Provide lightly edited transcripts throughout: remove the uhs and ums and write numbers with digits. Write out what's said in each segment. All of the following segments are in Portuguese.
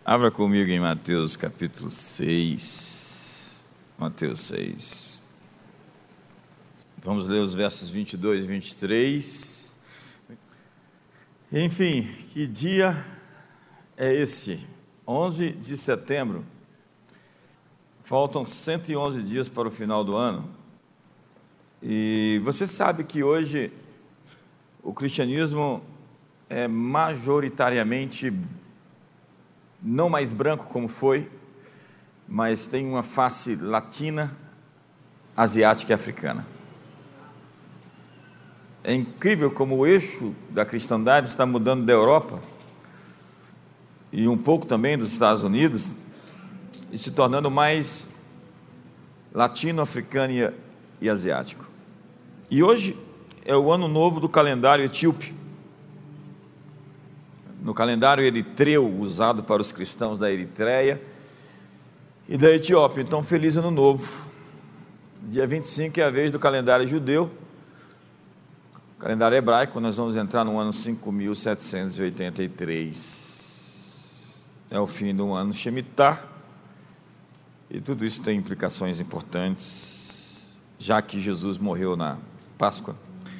Abra comigo em Mateus capítulo 6. Mateus 6. Vamos ler os versos 22 e 23. Enfim, que dia é esse? 11 de setembro. Faltam 111 dias para o final do ano. E você sabe que hoje o cristianismo é majoritariamente não mais branco como foi, mas tem uma face latina, asiática e africana. É incrível como o eixo da cristandade está mudando da Europa e um pouco também dos Estados Unidos e se tornando mais latino, africano e asiático. E hoje é o ano novo do calendário etíope. No calendário eritreu, usado para os cristãos da Eritreia e da Etiópia. Então, feliz ano novo. Dia 25 é a vez do calendário judeu. Calendário hebraico, nós vamos entrar no ano 5783. É o fim do ano Shemitah. E tudo isso tem implicações importantes, já que Jesus morreu na Páscoa,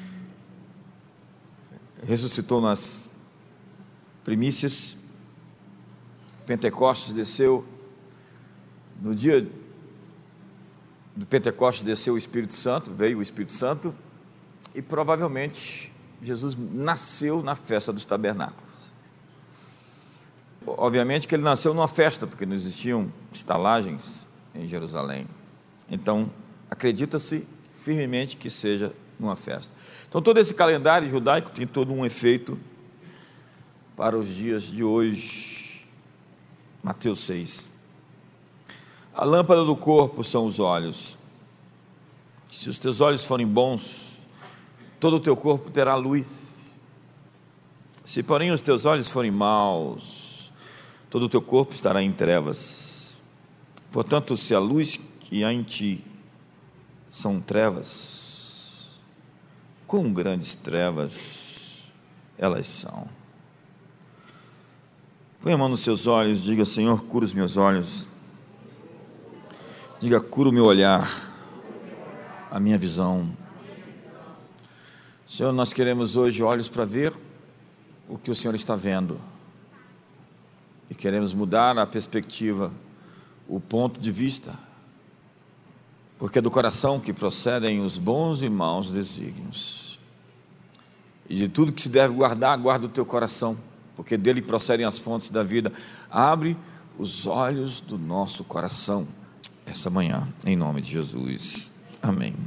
ressuscitou nas primícias, Pentecostes desceu, no dia do Pentecostes desceu o Espírito Santo, veio o Espírito Santo, e provavelmente Jesus nasceu na festa dos tabernáculos. Obviamente que ele nasceu numa festa, porque não existiam estalagens em Jerusalém, então acredita-se firmemente que seja numa festa. Então todo esse calendário judaico tem todo um efeito para os dias de hoje. Mateus 6. A lâmpada do corpo são os olhos. Se os teus olhos forem bons, todo o teu corpo terá luz. Se porém os teus olhos forem maus, todo o teu corpo estará em trevas. Portanto, se a luz que há em ti são trevas, quão grandes trevas elas são. Põe a mão nos seus olhos, diga: Senhor, cura os meus olhos. Diga: cura o meu olhar, a minha visão. Senhor, nós queremos hoje olhos para ver o que o Senhor está vendo. E queremos mudar a perspectiva, o ponto de vista. Porque é do coração que procedem os bons e maus desígnios. E de tudo que se deve guardar, guarda o teu coração, porque dele procedem as fontes da vida. Abre os olhos do nosso coração essa manhã, em nome de Jesus, amém.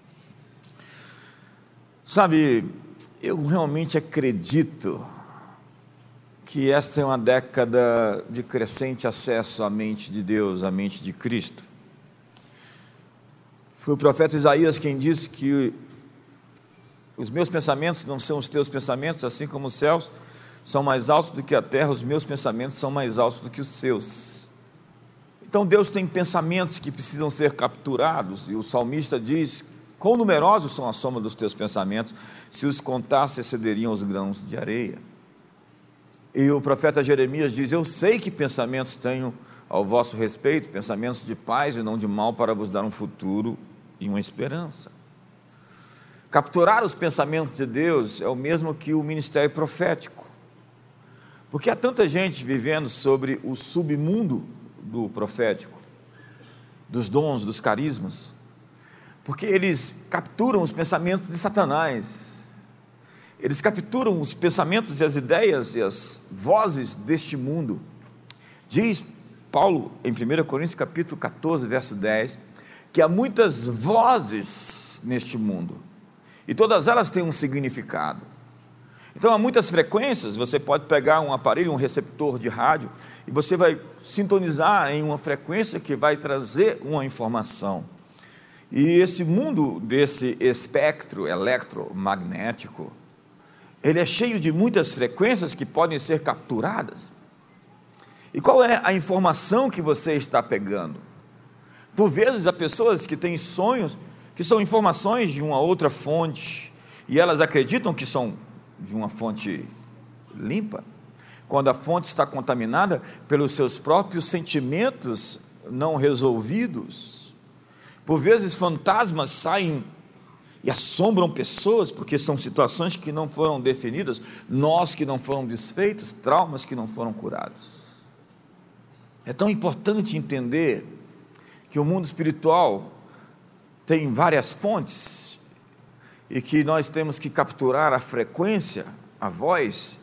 Sabe, eu realmente acredito que esta é uma década de crescente acesso à mente de Deus, à mente de Cristo. Foi o profeta Isaías quem disse que os meus pensamentos não são os teus pensamentos, assim como os céus são mais altos do que a terra, os meus pensamentos são mais altos do que os seus. Então Deus tem pensamentos que precisam ser capturados, e o salmista diz: quão numerosos são a soma dos teus pensamentos, se os contasse excederiam os grãos de areia. E o profeta Jeremias diz: eu sei que pensamentos tenho ao vosso respeito, pensamentos de paz e não de mal, para vos dar um futuro e uma esperança. Capturar os pensamentos de Deus é o mesmo que o ministério profético. Porque há tanta gente vivendo sobre o submundo do profético, dos dons, dos carismas, porque eles capturam os pensamentos de Satanás, eles capturam os pensamentos e as ideias e as vozes deste mundo. Diz Paulo em 1 Coríntios capítulo 14, verso 10, que há muitas vozes neste mundo, e todas elas têm um significado. Então há muitas frequências. Você pode pegar um aparelho, um receptor de rádio, e você vai sintonizar em uma frequência que vai trazer uma informação. E esse mundo desse espectro eletromagnético, ele é cheio de muitas frequências que podem ser capturadas. E qual é a informação que você está pegando? Por vezes há pessoas que têm sonhos que são informações de uma outra fonte, e elas acreditam que são de uma fonte limpa, quando a fonte está contaminada pelos seus próprios sentimentos não resolvidos. Por vezes fantasmas saem e assombram pessoas, porque são situações que não foram definidas, nós que não foram desfeitos, traumas que não foram curados. É tão importante entender que o mundo espiritual tem várias fontes e que nós temos que capturar a frequência, a voz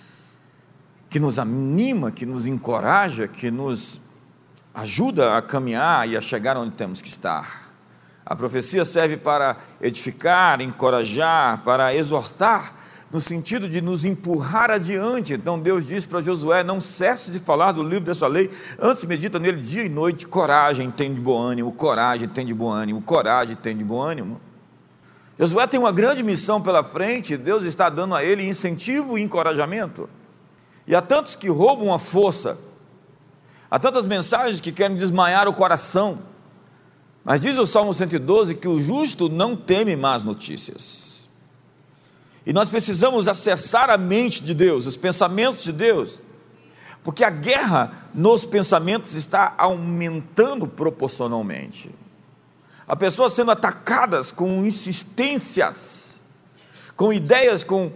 que nos anima, que nos encoraja, que nos ajuda a caminhar e a chegar onde temos que estar. A profecia serve para edificar, encorajar, para exortar, no sentido de nos empurrar adiante. Então Deus diz para Josué: não cesse de falar do livro dessa lei, antes medita nele dia e noite. Coragem, tem de bom ânimo, coragem, tem de bom ânimo, coragem, tem de bom ânimo. Josué tem uma grande missão pela frente, Deus está dando a ele incentivo e encorajamento. E há tantos que roubam a força, há tantas mensagens que querem desmaiar o coração, mas diz o Salmo 112 que o justo não teme más notícias. E nós precisamos acessar a mente de Deus, os pensamentos de Deus, porque a guerra nos pensamentos está aumentando proporcionalmente. Há pessoas sendo atacadas com insistências, com ideias, com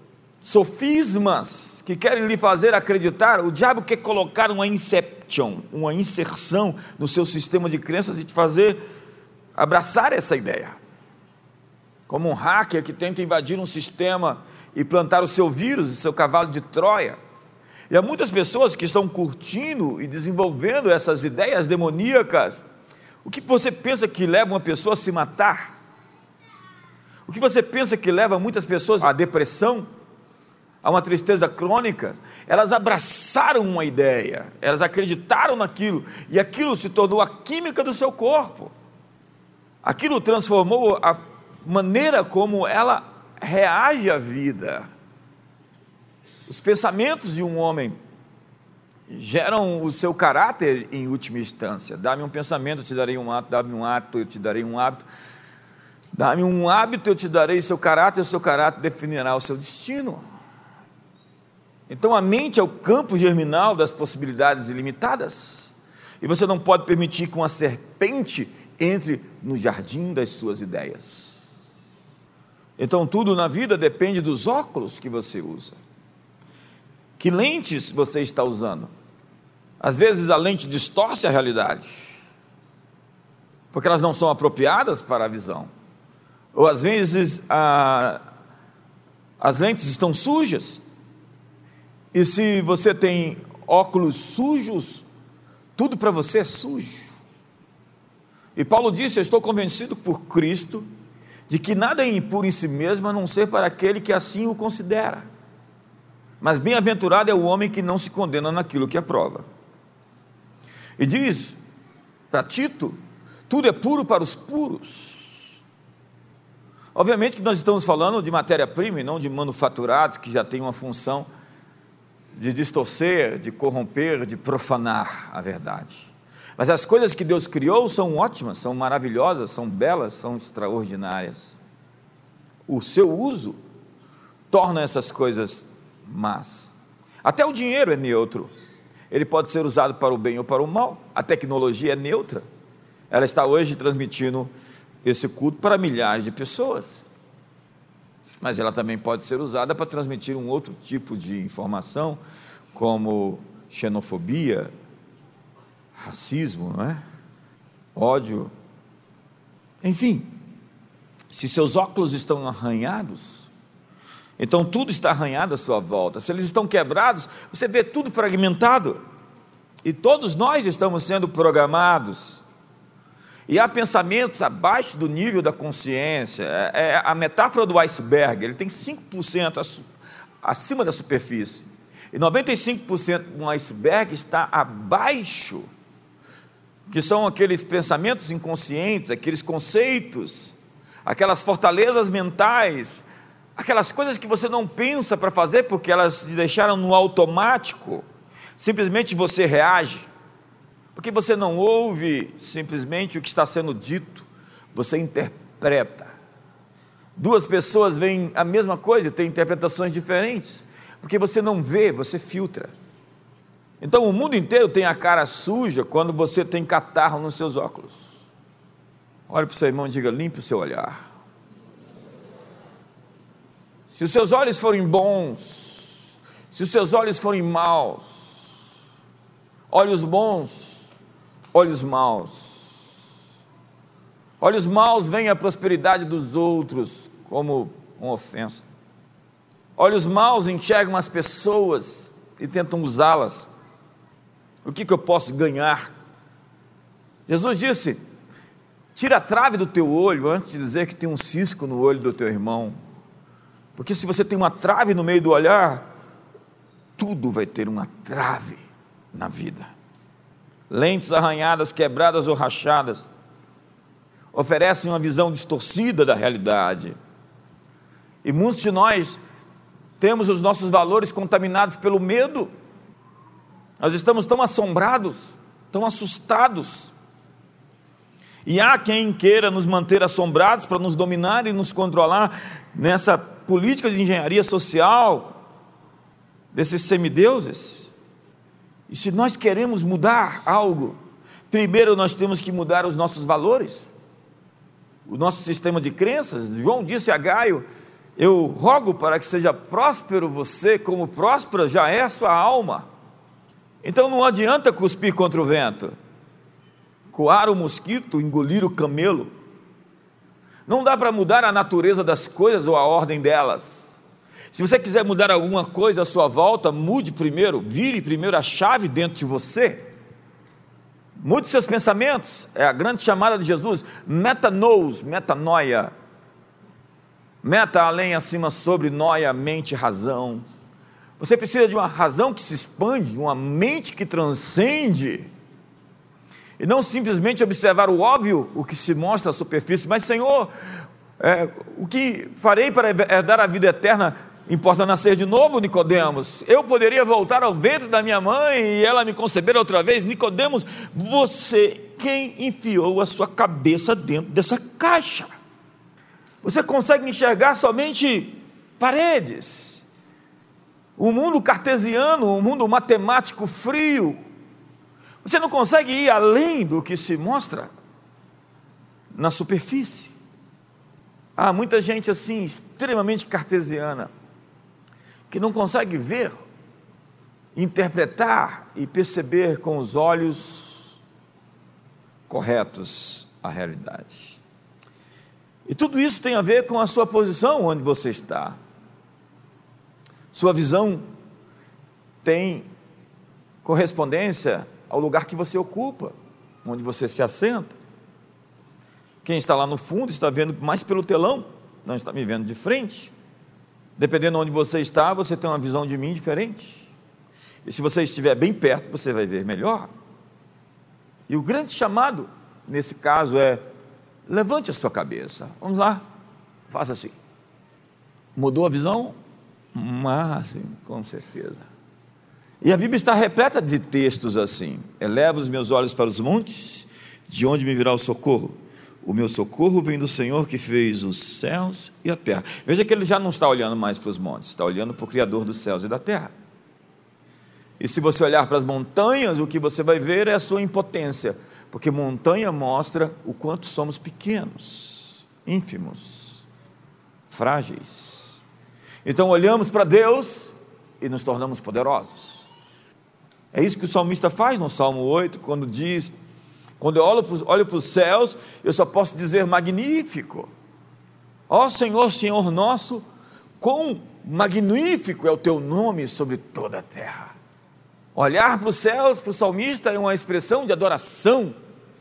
sofismas que querem lhe fazer acreditar. O diabo quer colocar uma inception, uma inserção no seu sistema de crenças e te fazer abraçar essa ideia, como um hacker que tenta invadir um sistema e plantar o seu vírus, o seu cavalo de Troia. E há muitas pessoas que estão curtindo e desenvolvendo essas ideias demoníacas. O que você pensa que leva uma pessoa a se matar? O que você pensa que leva muitas pessoas à depressão, a uma tristeza crônica? Elas abraçaram uma ideia, elas acreditaram naquilo, e aquilo se tornou a química do seu corpo. Aquilo transformou a maneira como ela reage à vida. Os pensamentos de um homem geram o seu caráter em última instância. Dá-me um pensamento, eu te darei um ato. Dá-me um ato, eu te darei um hábito. Dá-me um hábito, eu te darei o seu caráter. O seu caráter definirá o seu destino. Então a mente é o campo germinal das possibilidades ilimitadas, e você não pode permitir que uma serpente entre no jardim das suas ideias. Então tudo na vida depende dos óculos que você usa. Que lentes você está usando? Às vezes a lente distorce a realidade, porque elas não são apropriadas para a visão. Ou às vezes as lentes estão sujas, e se você tem óculos sujos, tudo para você é sujo. E Paulo disse: eu estou convencido por Cristo de que nada é impuro em si mesmo, a não ser para aquele que assim o considera. Mas bem-aventurado é o homem que não se condena naquilo que aprova. E diz para Tito: tudo é puro para os puros. Obviamente que nós estamos falando de matéria-prima e não de manufaturados que já tem uma função de distorcer, de corromper, de profanar a verdade. Mas as coisas que Deus criou são ótimas, são maravilhosas, são belas, são extraordinárias. O seu uso torna essas coisas más. Até o dinheiro é neutro. Ele pode ser usado para o bem ou para o mal. A tecnologia é neutra. Ela está hoje transmitindo esse culto para milhares de pessoas. Mas ela também pode ser usada para transmitir um outro tipo de informação, como xenofobia, racismo, não é? Ódio. Enfim, se seus óculos estão arranhados, então tudo está arranhado à sua volta. Se eles estão quebrados, você vê tudo fragmentado. E todos nós estamos sendo programados. E há pensamentos abaixo do nível da consciência. É a metáfora do iceberg. Ele tem 5% acima da superfície. E 95% do iceberg está abaixo, que são aqueles pensamentos inconscientes, aqueles conceitos, aquelas fortalezas mentais, aquelas coisas que você não pensa para fazer, porque elas se deixaram no automático. Simplesmente você reage, porque você não ouve simplesmente o que está sendo dito, você interpreta. Duas pessoas veem a mesma coisa e têm interpretações diferentes, Porque você não vê, você filtra. Então o mundo inteiro tem a cara suja quando você tem catarro nos seus óculos. Olhe para o seu irmão e diga: limpe o seu olhar. Se os seus olhos forem bons, se os seus olhos forem maus, olhos bons, olhos maus. Olhos maus veem a prosperidade dos outros como uma ofensa. Olhos maus enxergam as pessoas e tentam usá-las. O que eu posso ganhar? Jesus disse: tira a trave do teu olho antes de dizer que tem um cisco no olho do teu irmão. Porque se você tem uma trave no meio do olhar, tudo vai ter uma trave na vida. Lentes arranhadas, quebradas ou rachadas oferecem uma visão distorcida da realidade. E muitos de nós temos os nossos valores contaminados pelo medo. Nós estamos tão assombrados, tão assustados. E há quem queira nos manter assombrados para nos dominar e nos controlar nessa política de engenharia social desses semideuses. E se nós queremos mudar algo, primeiro nós temos que mudar os nossos valores, o nosso sistema de crenças. João disse a Gaio: eu rogo para que seja próspero você, como próspera já é a sua alma. Então não adianta cuspir contra o vento, coar o mosquito, engolir o camelo. Não dá para mudar a natureza das coisas ou a ordem delas. Se você quiser mudar alguma coisa à sua volta, mude primeiro, vire primeiro a chave dentro de você. Mude seus pensamentos, é a grande chamada de Jesus. Metanous, metanoia. Meta, além, acima, sobre, noia, mente, razão. Você precisa de uma razão que se expande, uma mente que transcende, e não simplesmente observar o óbvio, o que se mostra à superfície. Mas Senhor, o que farei para herdar a vida eterna? Importa nascer de novo, Nicodemos. Eu poderia voltar ao ventre da minha mãe e ela me conceber outra vez? Nicodemos, você, quem enfiou a sua cabeça dentro dessa caixa? Você consegue enxergar somente paredes. O mundo cartesiano, o mundo matemático frio. Você não consegue ir além do que se mostra na superfície. Há muita gente assim, extremamente cartesiana, que não consegue ver, interpretar e perceber com os olhos corretos a realidade. E tudo isso tem a ver com a sua posição onde você está. Sua visão tem correspondência ao lugar que você ocupa, onde você se assenta. Quem está lá no fundo está vendo mais pelo telão, não está me vendo de frente. Dependendo de onde você está, você tem uma visão de mim diferente. E se você estiver bem perto, você vai ver melhor. E o grande chamado, nesse caso, é: levante a sua cabeça. Vamos lá, faça assim. Mudou a visão? Sim, com certeza. E a Bíblia está repleta de textos assim: eleva os meus olhos para os montes, de onde me virá o socorro? O meu socorro vem do Senhor que fez os céus e a terra. Veja que ele já não está olhando mais para os montes, está olhando para o Criador dos céus e da terra. E se você olhar para as montanhas, o que você vai ver é a sua impotência, porque montanha mostra o quanto somos pequenos, ínfimos, frágeis. Então olhamos para Deus e nos tornamos poderosos. É isso que o salmista faz no Salmo 8, quando diz: quando eu olho para os céus, eu só posso dizer magnífico. Ó Senhor, Senhor nosso, quão magnífico é o teu nome sobre toda a terra. Olhar para os céus, para o salmista, é uma expressão de adoração,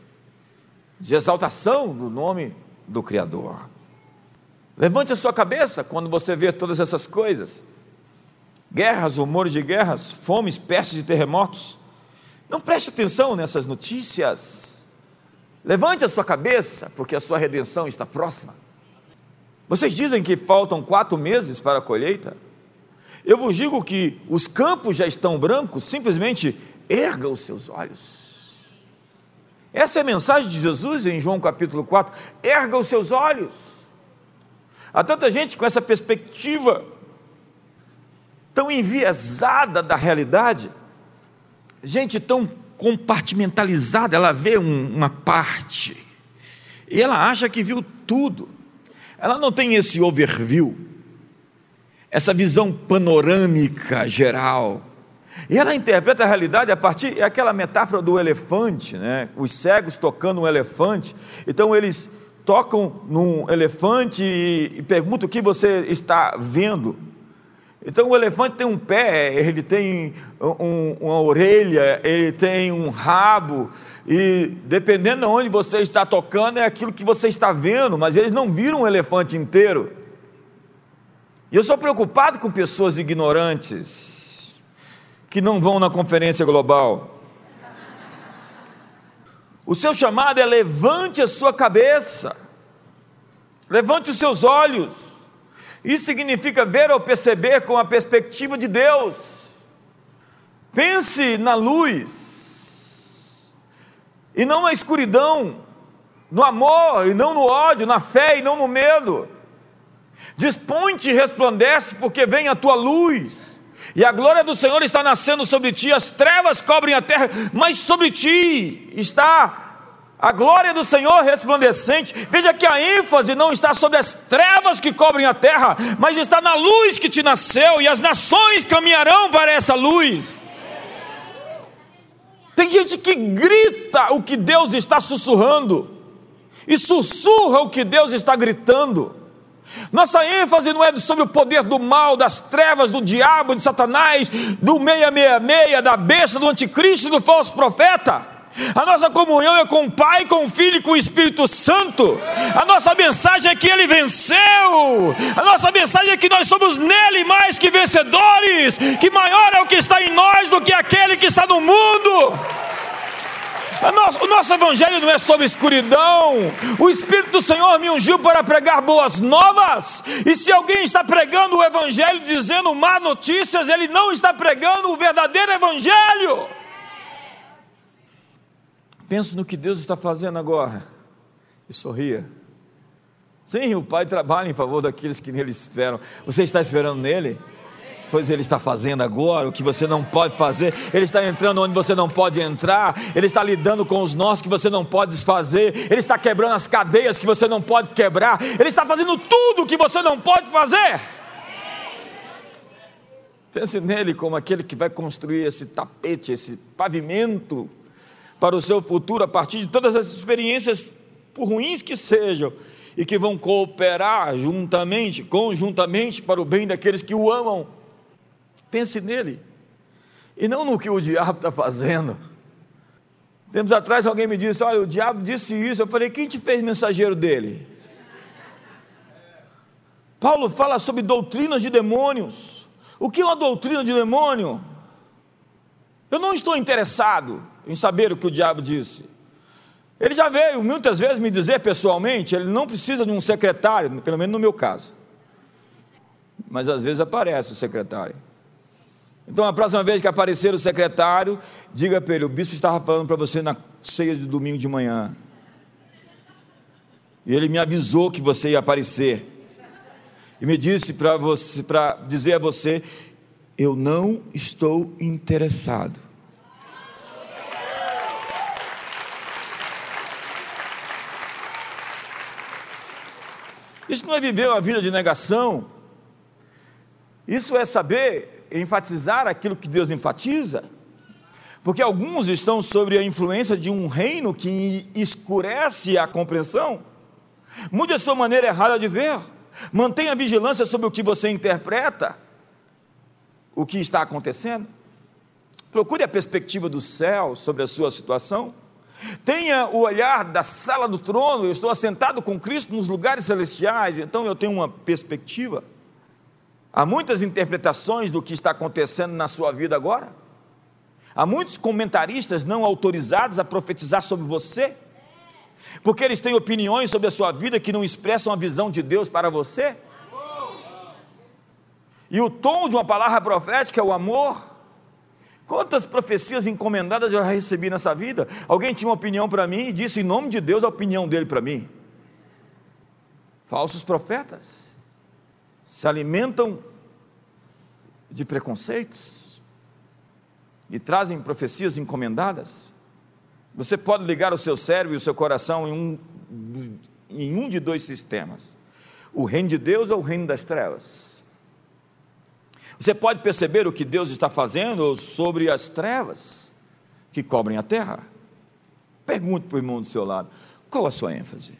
de exaltação do nome do Criador. Levante a sua cabeça quando você vê todas essas coisas: guerras, rumores de guerras, fomes, pestes e terremotos. Não preste atenção nessas notícias. Levante a sua cabeça, porque a sua redenção está próxima. Vocês dizem que faltam 4 meses para a colheita. Eu vos digo que os campos já estão brancos. Simplesmente erga os seus olhos. Essa é a mensagem de Jesus em João capítulo 4. Erga os seus olhos. Há tanta gente com essa perspectiva tão enviesada da realidade, gente tão compartimentalizada, ela vê uma parte, e ela acha que viu tudo, ela não tem esse overview, essa visão panorâmica geral, e ela interpreta a realidade a partir, é aquela metáfora do elefante, né? Os cegos tocando um elefante, então eles tocam num elefante e perguntam o que você está vendo. Então o elefante tem um pé, ele tem uma orelha, ele tem um rabo, e dependendo de onde você está tocando, é aquilo que você está vendo, mas eles não viram um elefante inteiro. E eu sou preocupado com pessoas ignorantes, que não vão na conferência global. O seu chamado é: levante a sua cabeça, levante os seus olhos. Isso significa ver ou perceber com a perspectiva de Deus. Pense na luz, e não na escuridão, no amor e não no ódio, na fé e não no medo. Desponte e resplandece, porque vem a tua luz, e a glória do Senhor está nascendo sobre ti. As trevas cobrem a terra, mas sobre ti está a glória do Senhor resplandecente. Veja que a ênfase não está sobre as trevas que cobrem a terra, mas está na luz que te nasceu, e as nações caminharão para essa luz. Tem gente que grita o que Deus está sussurrando, e sussurra o que Deus está gritando. Nossa ênfase não é sobre o poder do mal, das trevas, do diabo, de Satanás, do 666, da besta, do anticristo, do falso profeta. A nossa comunhão é com o Pai, com o Filho e com o Espírito Santo. A nossa mensagem é que Ele venceu. A nossa mensagem é que nós somos nele mais que vencedores, que maior é o que está em nós do que aquele que está no mundo. O nosso evangelho não é sobre escuridão. O Espírito do Senhor me ungiu para pregar boas novas, e se alguém está pregando o evangelho dizendo má notícias, ele não está pregando o verdadeiro evangelho. Penso no que Deus está fazendo agora e sorria. Sim, o Pai trabalha em favor daqueles que nele esperam. Você está esperando nele? Pois Ele está fazendo agora o que você não pode fazer. Ele está entrando onde você não pode entrar. Ele está lidando com os nós que você não pode desfazer. Ele está quebrando as cadeias que você não pode quebrar. Ele está fazendo tudo o que você não pode fazer. Pense nele como aquele que vai construir esse tapete, esse pavimento para o seu futuro, a partir de todas as experiências, por ruins que sejam, e que vão cooperar conjuntamente para o bem daqueles que o amam. Pense nele, e não no que o diabo está fazendo. Tempos atrás alguém me disse: olha, o diabo disse isso. Eu falei: quem te fez mensageiro dele? Paulo fala sobre doutrinas de demônios. O que é uma doutrina de demônio? Eu não estou interessado em saber o que o diabo disse. Ele já veio muitas vezes me dizer pessoalmente. Ele não precisa de um secretário, pelo menos no meu caso, mas às vezes aparece o secretário. Então a próxima vez que aparecer o secretário, diga para ele: o bispo estava falando para você na ceia de domingo de manhã, e ele me avisou que você ia aparecer, e me disse para dizer a você: eu não estou interessado. Isso não é viver uma vida de negação. Isso é saber enfatizar aquilo que Deus enfatiza. Porque alguns estão sobre a influência de um reino que escurece a compreensão. Mude a sua maneira errada de ver. Mantenha vigilância sobre o que você interpreta, o que está acontecendo. Procure a perspectiva do céu sobre a sua situação. Tenha o olhar da sala do trono. Eu estou assentado com Cristo nos lugares celestiais, então eu tenho uma perspectiva. Há muitas interpretações do que está acontecendo na sua vida agora. Há muitos comentaristas não autorizados a profetizar sobre você, porque eles têm opiniões sobre a sua vida que não expressam a visão de Deus para você. E o tom de uma palavra profética é o amor. Quantas profecias encomendadas eu já recebi nessa vida? Alguém tinha uma opinião para mim e disse em nome de Deus a opinião dele para mim. Falsos profetas se alimentam de preconceitos e trazem profecias encomendadas. Você pode ligar o seu cérebro e o seu coração em um de dois sistemas: o reino de Deus ou o reino das trevas. Você pode perceber o que Deus está fazendo sobre as trevas que cobrem a terra. Pergunte para o irmão do seu lado: qual a sua ênfase?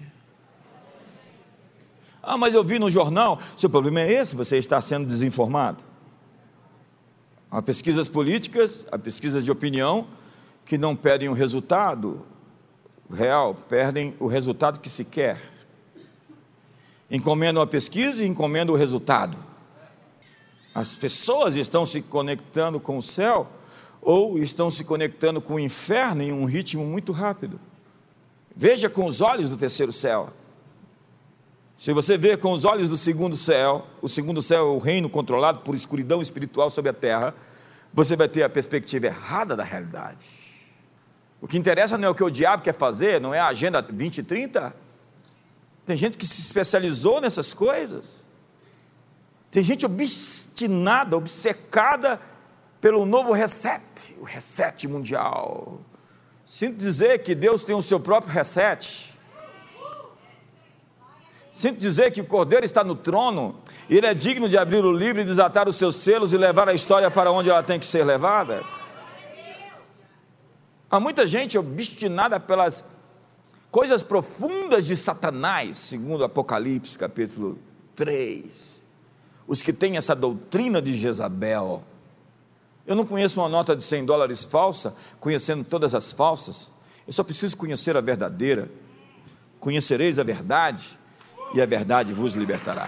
Mas eu vi no jornal. Seu problema é esse, você está sendo desinformado. Há pesquisas políticas, há pesquisas de opinião que não pedem o resultado real, perdem o resultado que se quer. Encomendam a pesquisa e encomendam o resultado. As pessoas estão se conectando com o céu ou estão se conectando com o inferno em um ritmo muito rápido. Veja com os olhos do terceiro céu. Se você ver com os olhos do segundo céu, o segundo céu é o reino controlado por escuridão espiritual sobre a terra, você vai ter a perspectiva errada da realidade. O que interessa não é o que o diabo quer fazer, não é a agenda 2030. Tem gente que se especializou nessas coisas. Tem gente obstinada, obcecada pelo novo reset, o reset mundial. Sinto dizer que Deus tem o seu próprio reset. Sinto dizer que o Cordeiro está no trono, e Ele é digno de abrir o livro e desatar os seus selos e levar a história para onde ela tem que ser levada. Há muita gente obstinada pelas coisas profundas de Satanás, segundo Apocalipse capítulo 3. Os que têm essa doutrina de Jezabel. Eu não conheço uma nota de $100 falsa, conhecendo todas as falsas. Eu só preciso conhecer a verdadeira. Conhecereis a verdade, e a verdade vos libertará.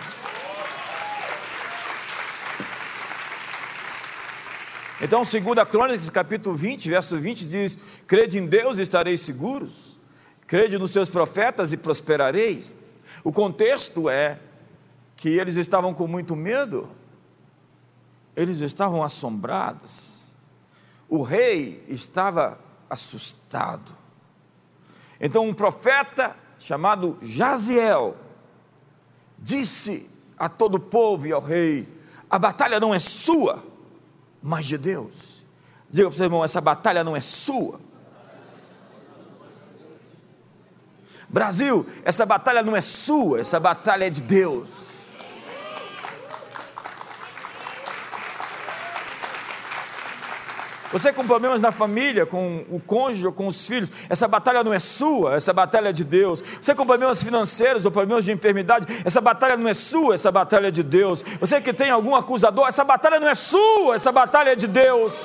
Então, 2 Crônicas, capítulo 20, verso 20, diz: crede em Deus e estareis seguros, crede nos seus profetas e prosperareis. O contexto é que eles estavam com muito medo, eles estavam assombrados, o rei estava assustado. Então um profeta chamado Jaziel disse a todo o povo e ao rei: a batalha não é sua, mas de Deus. Diga para o seu irmão: essa batalha não é sua. Brasil, essa batalha não é sua, essa batalha é de Deus. Você com problemas na família, com o cônjuge ou com os filhos, essa batalha não é sua, essa batalha é de Deus. Você com problemas financeiros ou problemas de enfermidade, essa batalha não é sua, essa batalha é de Deus. Você que tem algum acusador, essa batalha não é sua, essa batalha é de Deus.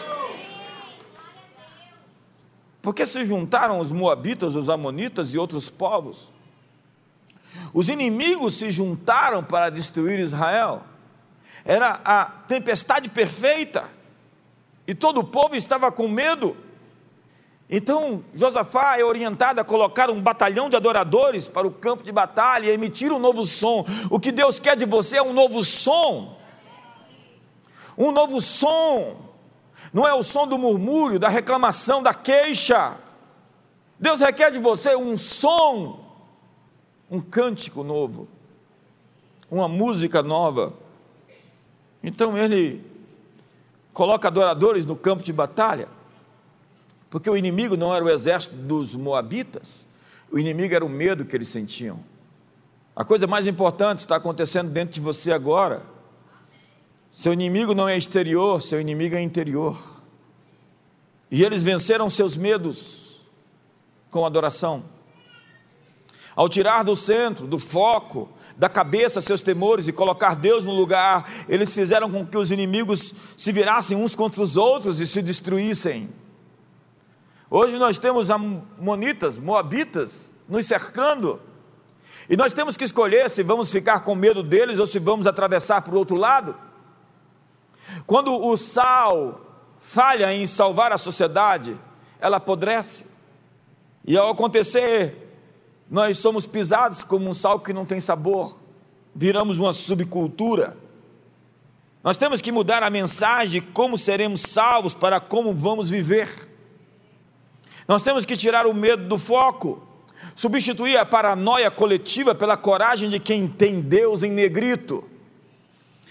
Porque se juntaram os moabitas, os amonitas e outros povos. Os inimigos se juntaram para destruir Israel. Era a tempestade perfeita. E todo o povo estava com medo. Então Josafá é orientado a colocar um batalhão de adoradores para o campo de batalha e emitir um novo som. O que Deus quer de você é um novo som. Um novo som. Não é o som do murmúrio, da reclamação, da queixa. Deus requer de você um som, um cântico novo, uma música nova. Então Ele coloca adoradores no campo de batalha, porque o inimigo não era o exército dos moabitas, o inimigo era o medo que eles sentiam. A coisa mais importante está acontecendo dentro de você agora. Seu inimigo não é exterior, seu inimigo é interior. E eles venceram seus medos com adoração. Ao tirar do centro, do foco, da cabeça seus temores e colocar Deus no lugar, eles fizeram com que os inimigos se virassem uns contra os outros e se destruíssem. Hoje nós temos amonitas, moabitas nos cercando, e nós temos que escolher se vamos ficar com medo deles ou se vamos atravessar para o outro lado. Quando o sal falha em salvar a sociedade, ela apodrece, e ao acontecer, nós somos pisados como um sal que não tem sabor, viramos uma subcultura. Nós temos que mudar a mensagem de como seremos salvos para como vamos viver. Nós temos que tirar o medo do foco, substituir a paranoia coletiva pela coragem de quem tem Deus em negrito.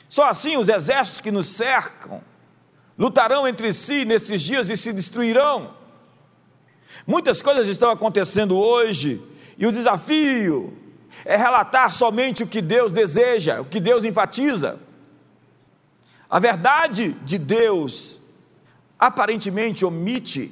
Só assim os exércitos que nos cercam lutarão entre si nesses dias e se destruirão. Muitas coisas estão acontecendo hoje, e o desafio é relatar somente o que Deus deseja, o que Deus enfatiza. A verdade de Deus aparentemente omite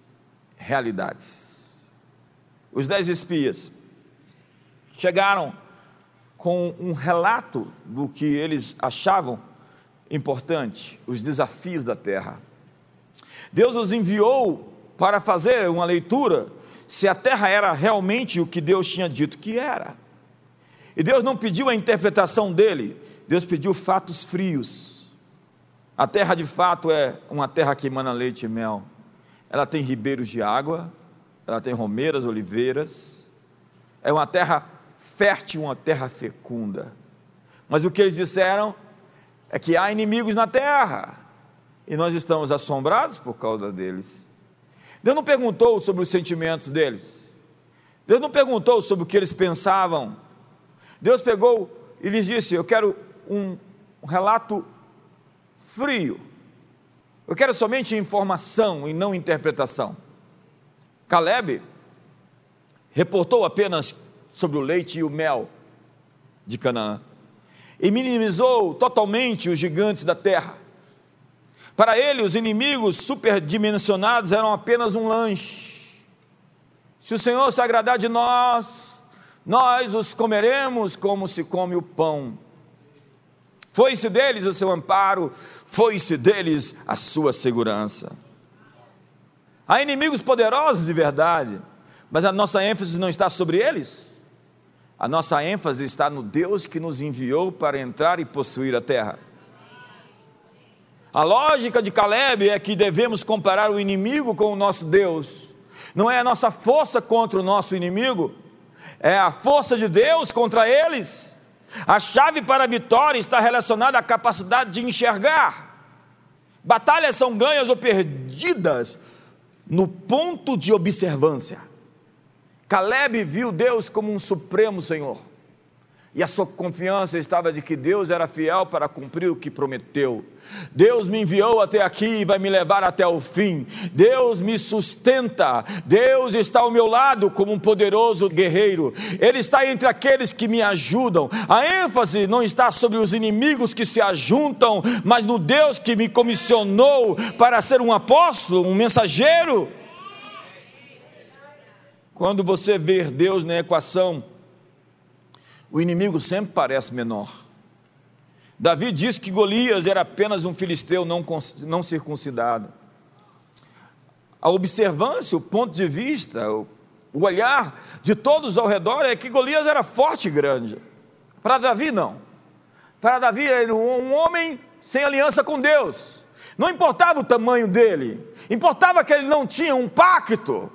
realidades. Os 10 espias chegaram com um relato do que eles achavam importante, os desafios da terra. Deus os enviou para fazer uma leitura se a terra era realmente o que Deus tinha dito que era. E Deus não pediu a interpretação dele, Deus pediu fatos frios. A terra de fato é uma terra que emana leite e mel. Ela tem ribeiros de água, ela tem romeiras, oliveiras. É uma terra fértil, uma terra fecunda. Mas o que eles disseram é que há inimigos na terra, e nós estamos assombrados por causa deles. Deus não perguntou sobre os sentimentos deles, Deus não perguntou sobre o que eles pensavam. Deus pegou e lhes disse: eu quero um relato frio, eu quero somente informação e não interpretação. Caleb reportou apenas sobre o leite e o mel de Canaã, e minimizou totalmente os gigantes da terra. Para ele, os inimigos superdimensionados eram apenas um lanche. Se o Senhor se agradar de nós, nós os comeremos como se come o pão. Foi-se deles o seu amparo, foi-se deles a sua segurança. Há inimigos poderosos de verdade, mas a nossa ênfase não está sobre eles. A nossa ênfase está no Deus que nos enviou para entrar e possuir a terra. A lógica de Caleb é que devemos comparar o inimigo com o nosso Deus. Não é a nossa força contra o nosso inimigo, é a força de Deus contra eles. A chave para a vitória está relacionada à capacidade de enxergar. Batalhas são ganhas ou perdidas no ponto de observância. Caleb viu Deus como um supremo Senhor, e a sua confiança estava de que Deus era fiel para cumprir o que prometeu. Deus me enviou até aqui e vai me levar até o fim. Deus me sustenta, Deus está ao meu lado como um poderoso guerreiro. Ele está entre aqueles que me ajudam. A ênfase não está sobre os inimigos que se ajuntam, mas no Deus que me comissionou para ser um apóstolo, um mensageiro. Quando você vê Deus na equação, o inimigo sempre parece menor. Davi disse que Golias era apenas um filisteu não circuncidado. A observância, o ponto de vista, o olhar de todos ao redor é que Golias era forte e grande. Para Davi não. Para Davi era um homem sem aliança com Deus. Não importava o tamanho dele, importava que ele não tinha um pacto.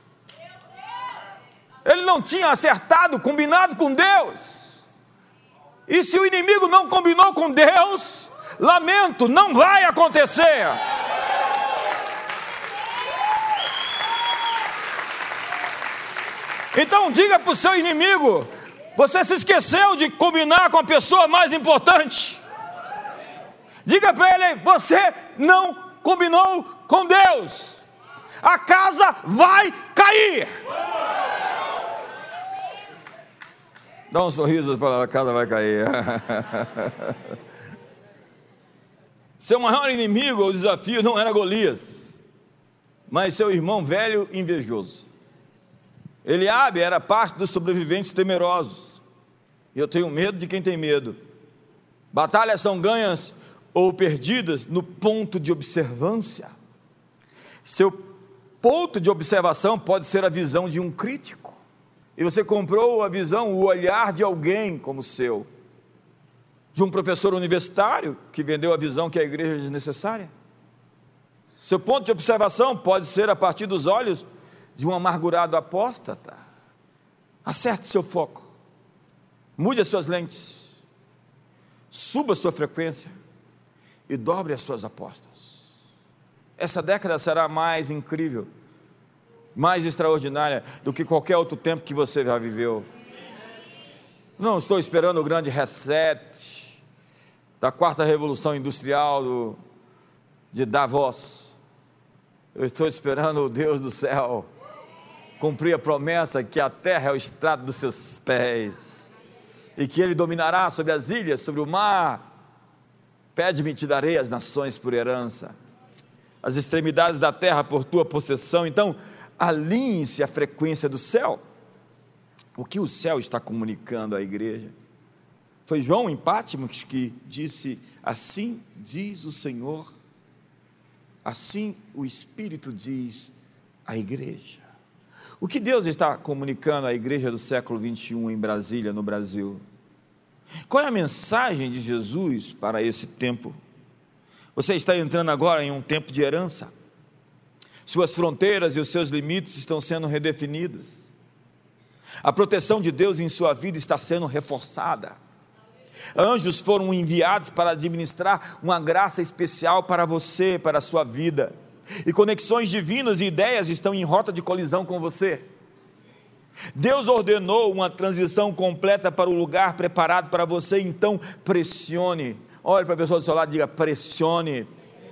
Ele não tinha acertado, combinado com Deus. E se o inimigo não combinou com Deus, lamento, não vai acontecer. Então diga para o seu inimigo: você se esqueceu de combinar com a pessoa mais importante. Diga para ele: você não combinou com Deus. A casa vai cair. Dá um sorriso e fala: a casa vai cair. Seu maior inimigo, o desafio não era Golias, mas seu irmão velho e invejoso. Eliabe era parte dos sobreviventes temerosos. E eu tenho medo de quem tem medo. Batalhas são ganhas ou perdidas no ponto de observância. Seu ponto de observação pode ser a visão de um crítico. E você comprou a visão, o olhar de alguém como seu. De um professor universitário que vendeu a visão que a igreja é desnecessária. Seu ponto de observação pode ser a partir dos olhos de um amargurado apóstata. Acerte seu foco. Mude as suas lentes. Suba a sua frequência. E dobre as suas apostas. Essa década será mais incrível, mais extraordinária do que qualquer outro tempo que você já viveu. Não estou esperando o grande reset, da quarta revolução industrial de Davos. Eu estou esperando o Deus do céu cumprir a promessa que a terra é o estrado dos seus pés, e que Ele dominará sobre as ilhas, sobre o mar. Pede-me e te darei as nações por herança, as extremidades da terra por tua possessão. Então, alinhe-se à frequência do céu. O que o céu está comunicando à igreja? Foi João em Patmos que disse: assim diz o Senhor, assim o Espírito diz à igreja. O que Deus está comunicando à igreja do século 21 em Brasília, no Brasil? Qual é a mensagem de Jesus para esse tempo? Você está entrando agora em um tempo de herança. Suas fronteiras e os seus limites estão sendo redefinidas. A proteção de Deus em sua vida está sendo reforçada. Anjos foram enviados para administrar uma graça especial para você, para a sua vida. E conexões divinas e ideias estão em rota de colisão com você. Deus ordenou uma transição completa para o lugar preparado para você, então pressione. Olhe para a pessoa do seu lado e diga: pressione.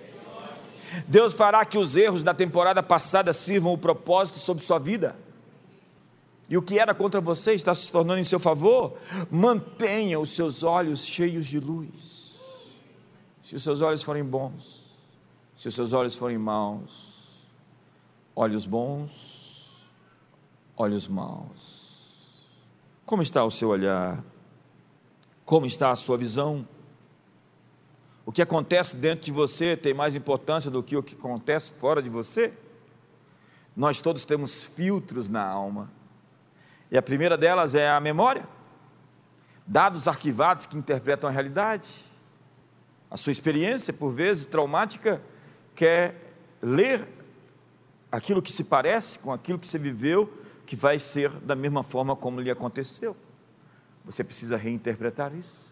Deus fará que os erros da temporada passada sirvam o propósito sobre sua vida. E o que era contra você está se tornando em seu favor. Mantenha os seus olhos cheios de luz. Se os seus olhos forem bons, se os seus olhos forem maus, olhos bons, olhos maus. Como está o seu olhar? Como está a sua visão? O que acontece dentro de você tem mais importância do que o que acontece fora de você? Nós todos temos filtros na alma. E a primeira delas é a memória. Dados arquivados que interpretam a realidade. A sua experiência, por vezes traumática, quer ler aquilo que se parece com aquilo que você viveu, que vai ser da mesma forma como lhe aconteceu. Você precisa reinterpretar isso.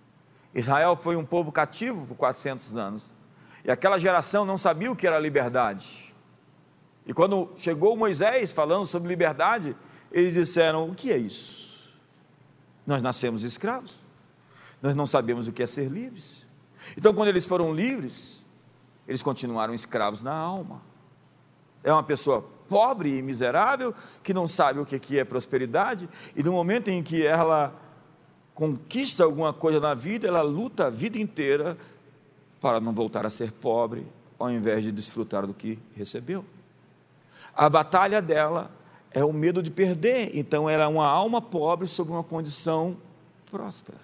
Israel foi um povo cativo por 400 anos, e aquela geração não sabia o que era liberdade. E quando chegou Moisés falando sobre liberdade, eles disseram: o que é isso? Nós nascemos escravos, nós não sabemos o que é ser livres. Então, quando eles foram livres, eles continuaram escravos na alma. É uma pessoa pobre e miserável, que não sabe o que é prosperidade, e no momento em que ela conquista alguma coisa na vida, ela luta a vida inteira para não voltar a ser pobre, ao invés de desfrutar do que recebeu. A batalha dela é o medo de perder. Então era uma alma pobre sob uma condição próspera,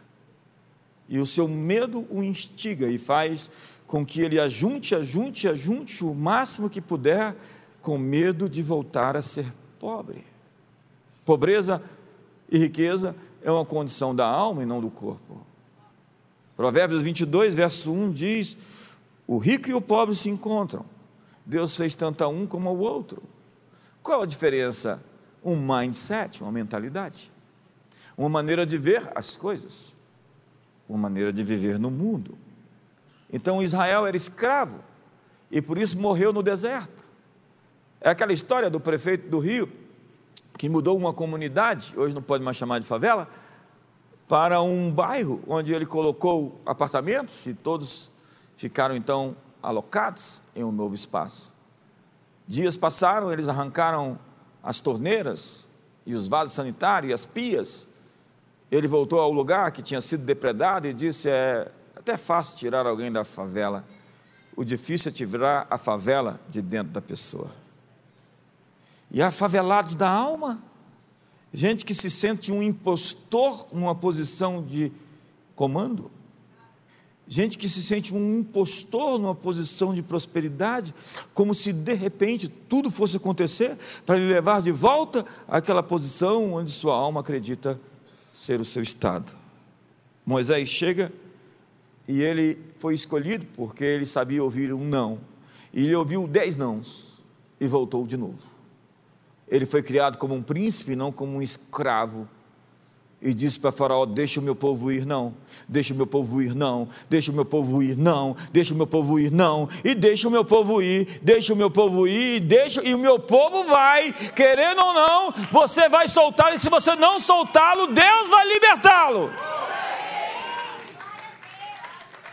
e o seu medo o instiga e faz com que ele ajunte o máximo que puder, com medo de voltar a ser pobre. Pobreza e riqueza é uma condição da alma e não do corpo. Provérbios 22, verso 1 diz: o rico e o pobre se encontram, Deus fez tanto a um como ao outro. Qual a diferença? Um mindset, uma mentalidade, uma maneira de ver as coisas, uma maneira de viver no mundo. Então Israel era escravo e por isso morreu no deserto. É aquela história do prefeito do Rio, que mudou uma comunidade, hoje não pode mais chamar de favela, para um bairro onde ele colocou apartamentos, e todos ficaram então alocados em um novo espaço. Dias passaram, eles arrancaram as torneiras e os vasos sanitários e as pias. Ele voltou ao lugar que tinha sido depredado e disse: é até fácil tirar alguém da favela, o difícil é tirar a favela de dentro da pessoa. E há favelados da alma, gente que se sente um impostor numa posição de comando, gente que se sente um impostor numa posição de prosperidade, como se de repente tudo fosse acontecer para lhe levar de volta àquela posição onde sua alma acredita ser o seu estado. Moisés chega e ele foi escolhido porque ele sabia ouvir um não, e ele ouviu 10 nãos e voltou de novo. Ele foi criado como um príncipe, não como um escravo, e disse para Faraó: deixa o meu povo ir, não, deixa o meu povo ir, não, deixa o meu povo ir, não, deixa o meu povo ir, não, e deixa o meu povo ir, deixa o meu povo ir, e o meu povo vai, querendo ou não, você vai soltá-lo, e se você não soltá-lo, Deus vai libertá-lo.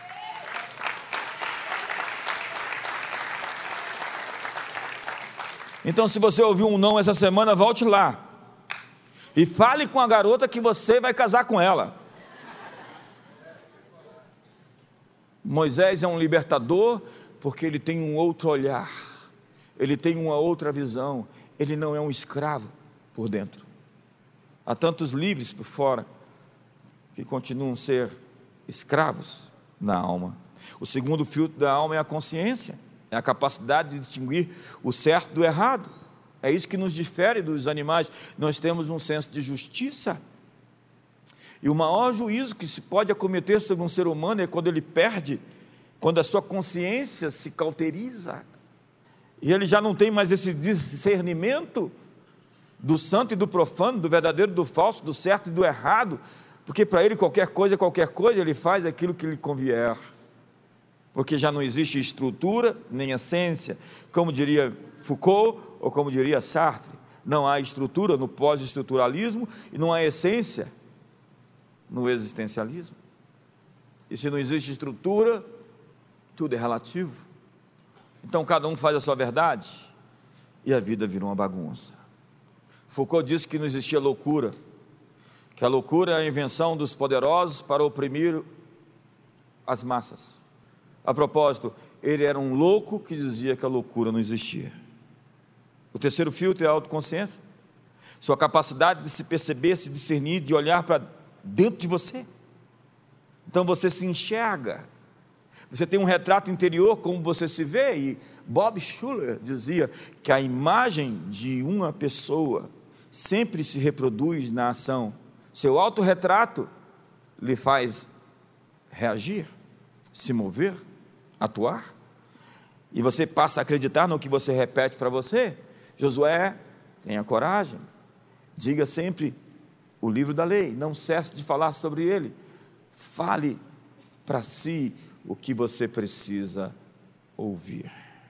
Então, se você ouviu um não essa semana, volte lá e fale com a garota que você vai casar com ela. Moisés é um libertador porque ele tem um outro olhar, ele tem uma outra visão, ele não é um escravo por dentro. Há tantos livres por fora que continuam a ser escravos na alma. O segundo filtro da alma é a consciência, é a capacidade de distinguir o certo do errado. É isso que nos difere dos animais. Nós temos um senso de justiça. E o maior juízo que se pode acometer sobre um ser humano é quando ele perde, quando a sua consciência se cauteriza, e ele já não tem mais esse discernimento do santo e do profano, do verdadeiro e do falso, do certo e do errado, porque para ele qualquer coisa, ele faz aquilo que lhe convier, porque já não existe estrutura nem essência, como diria Foucault, ou como diria Sartre, não há estrutura no pós-estruturalismo, e não há essência no existencialismo. E se não existe estrutura, tudo é relativo. Então cada um faz a sua verdade, e a vida vira uma bagunça. Foucault disse que não existia loucura, que a loucura é a invenção dos poderosos para oprimir as massas. A propósito, ele era um louco que dizia que a loucura não existia. O terceiro filtro é a autoconsciência, sua capacidade de se perceber, se discernir, de olhar para dentro de você. Então você se enxerga, você tem um retrato interior como você se vê, e Bob Schuller dizia que a imagem de uma pessoa sempre se reproduz na ação. Seu autorretrato lhe faz reagir, se mover, atuar, e você passa a acreditar no que você repete para você. Josué, tenha coragem, diga sempre o livro da lei, não cesse de falar sobre ele, fale para si o que você precisa ouvir,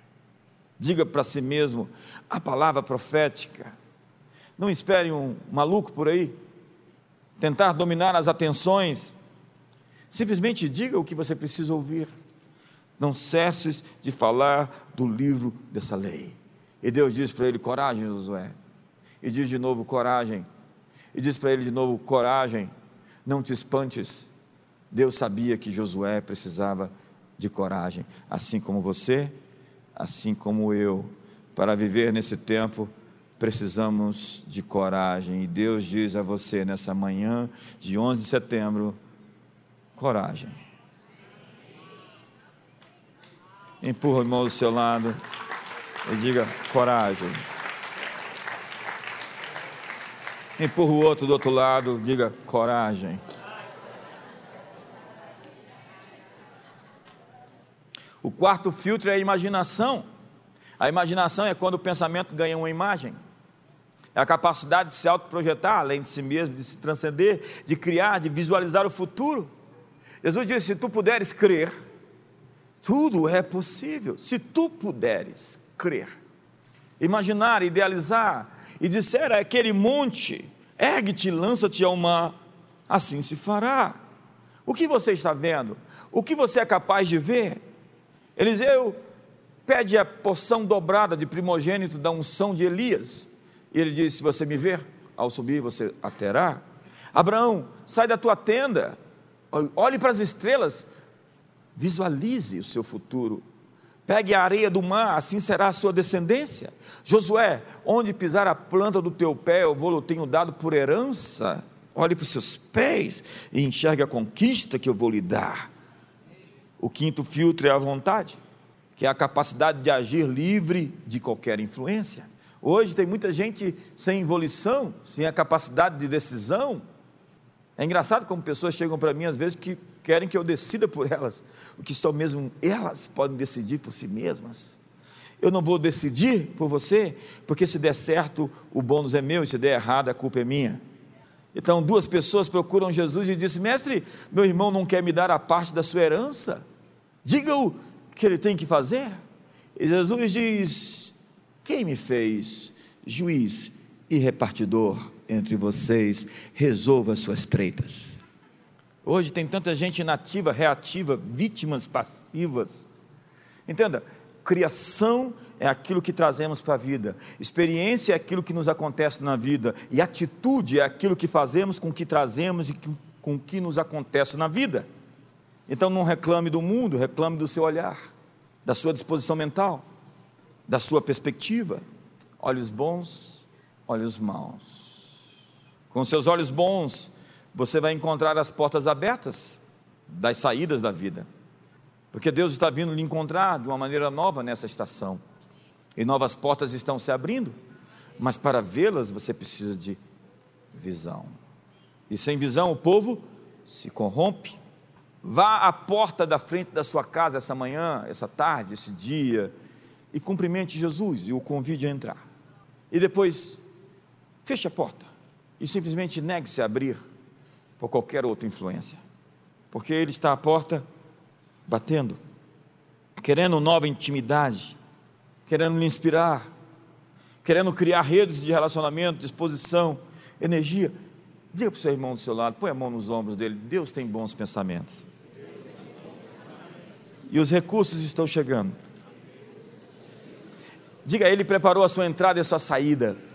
diga para si mesmo a palavra profética. Não espere um maluco por aí tentar dominar as atenções, simplesmente diga o que você precisa ouvir. Não cesses de falar do livro dessa lei. E Deus diz para ele: coragem, Josué. E diz de novo: coragem. E diz para ele de novo: coragem, não te espantes. Deus sabia que Josué precisava de coragem, assim como você, assim como eu. Para viver nesse tempo, precisamos de coragem. E Deus diz a você nessa manhã de 11 de setembro: coragem. Empurra o irmão do seu lado e diga: coragem. Empurra o outro do outro lado, diga: coragem. O quarto filtro é a imaginação. A imaginação é quando o pensamento ganha uma imagem. É a capacidade de se autoprojetar além de si mesmo, de se transcender, de criar, de visualizar o futuro. Jesus disse: se tu puderes crer, tudo é possível. Se tu puderes crer, imaginar, idealizar, e disser a aquele monte: ergue-te, lança-te ao mar, assim se fará. O que você está vendo? O que você é capaz de ver? Eliseu pede a porção dobrada de primogênito da unção de Elias, e ele diz: se você me ver, ao subir você a terá. Abraão, sai da tua tenda, olhe para as estrelas, visualize o seu futuro, pegue a areia do mar, assim será a sua descendência. Josué, onde pisar a planta do teu pé, eu vou-lo tenho dado por herança. Olhe para os seus pés e enxergue a conquista que eu vou lhe dar. O quinto filtro é a vontade, que é a capacidade de agir livre de qualquer influência. Hoje tem muita gente sem volição, sem a capacidade de decisão. É engraçado como pessoas chegam para mim às vezes que querem que eu decida por elas, o que só mesmo elas podem decidir por si mesmas. Eu não vou decidir por você, porque se der certo o bônus é meu, e se der errado a culpa é minha. Então duas pessoas procuram Jesus e dizem: mestre, meu irmão não quer me dar a parte da sua herança, diga o que ele tem que fazer. E Jesus diz: quem me fez juiz e repartidor entre vocês? Resolva as suas treitas. Hoje tem tanta gente inativa, reativa, vítimas passivas. Entenda, Criação é aquilo que trazemos para a vida, experiência é aquilo que nos acontece na vida, e atitude é aquilo que fazemos com o que trazemos e com o que nos acontece na vida. Então não reclame do mundo, reclame do seu olhar, da sua disposição mental, da sua perspectiva. Olhos bons, olhos maus. Com seus olhos bons, você vai encontrar as portas abertas das saídas da vida, porque Deus está vindo lhe encontrar de uma maneira nova nessa estação, e novas portas estão se abrindo, mas para vê-las você precisa de visão, e sem visão o povo se corrompe. Vá à porta da frente da sua casa essa manhã, essa tarde, esse dia, e cumprimente Jesus e o convide a entrar, e depois feche a porta e simplesmente negue-se a abrir por qualquer outra influência, porque Ele está à porta batendo, querendo nova intimidade, querendo lhe inspirar, querendo criar redes de relacionamento, disposição, energia. Diga para o seu irmão do seu lado, põe a mão nos ombros dele: Deus tem bons pensamentos, e os recursos estão chegando. Diga a Ele: preparou a sua entrada e a sua saída.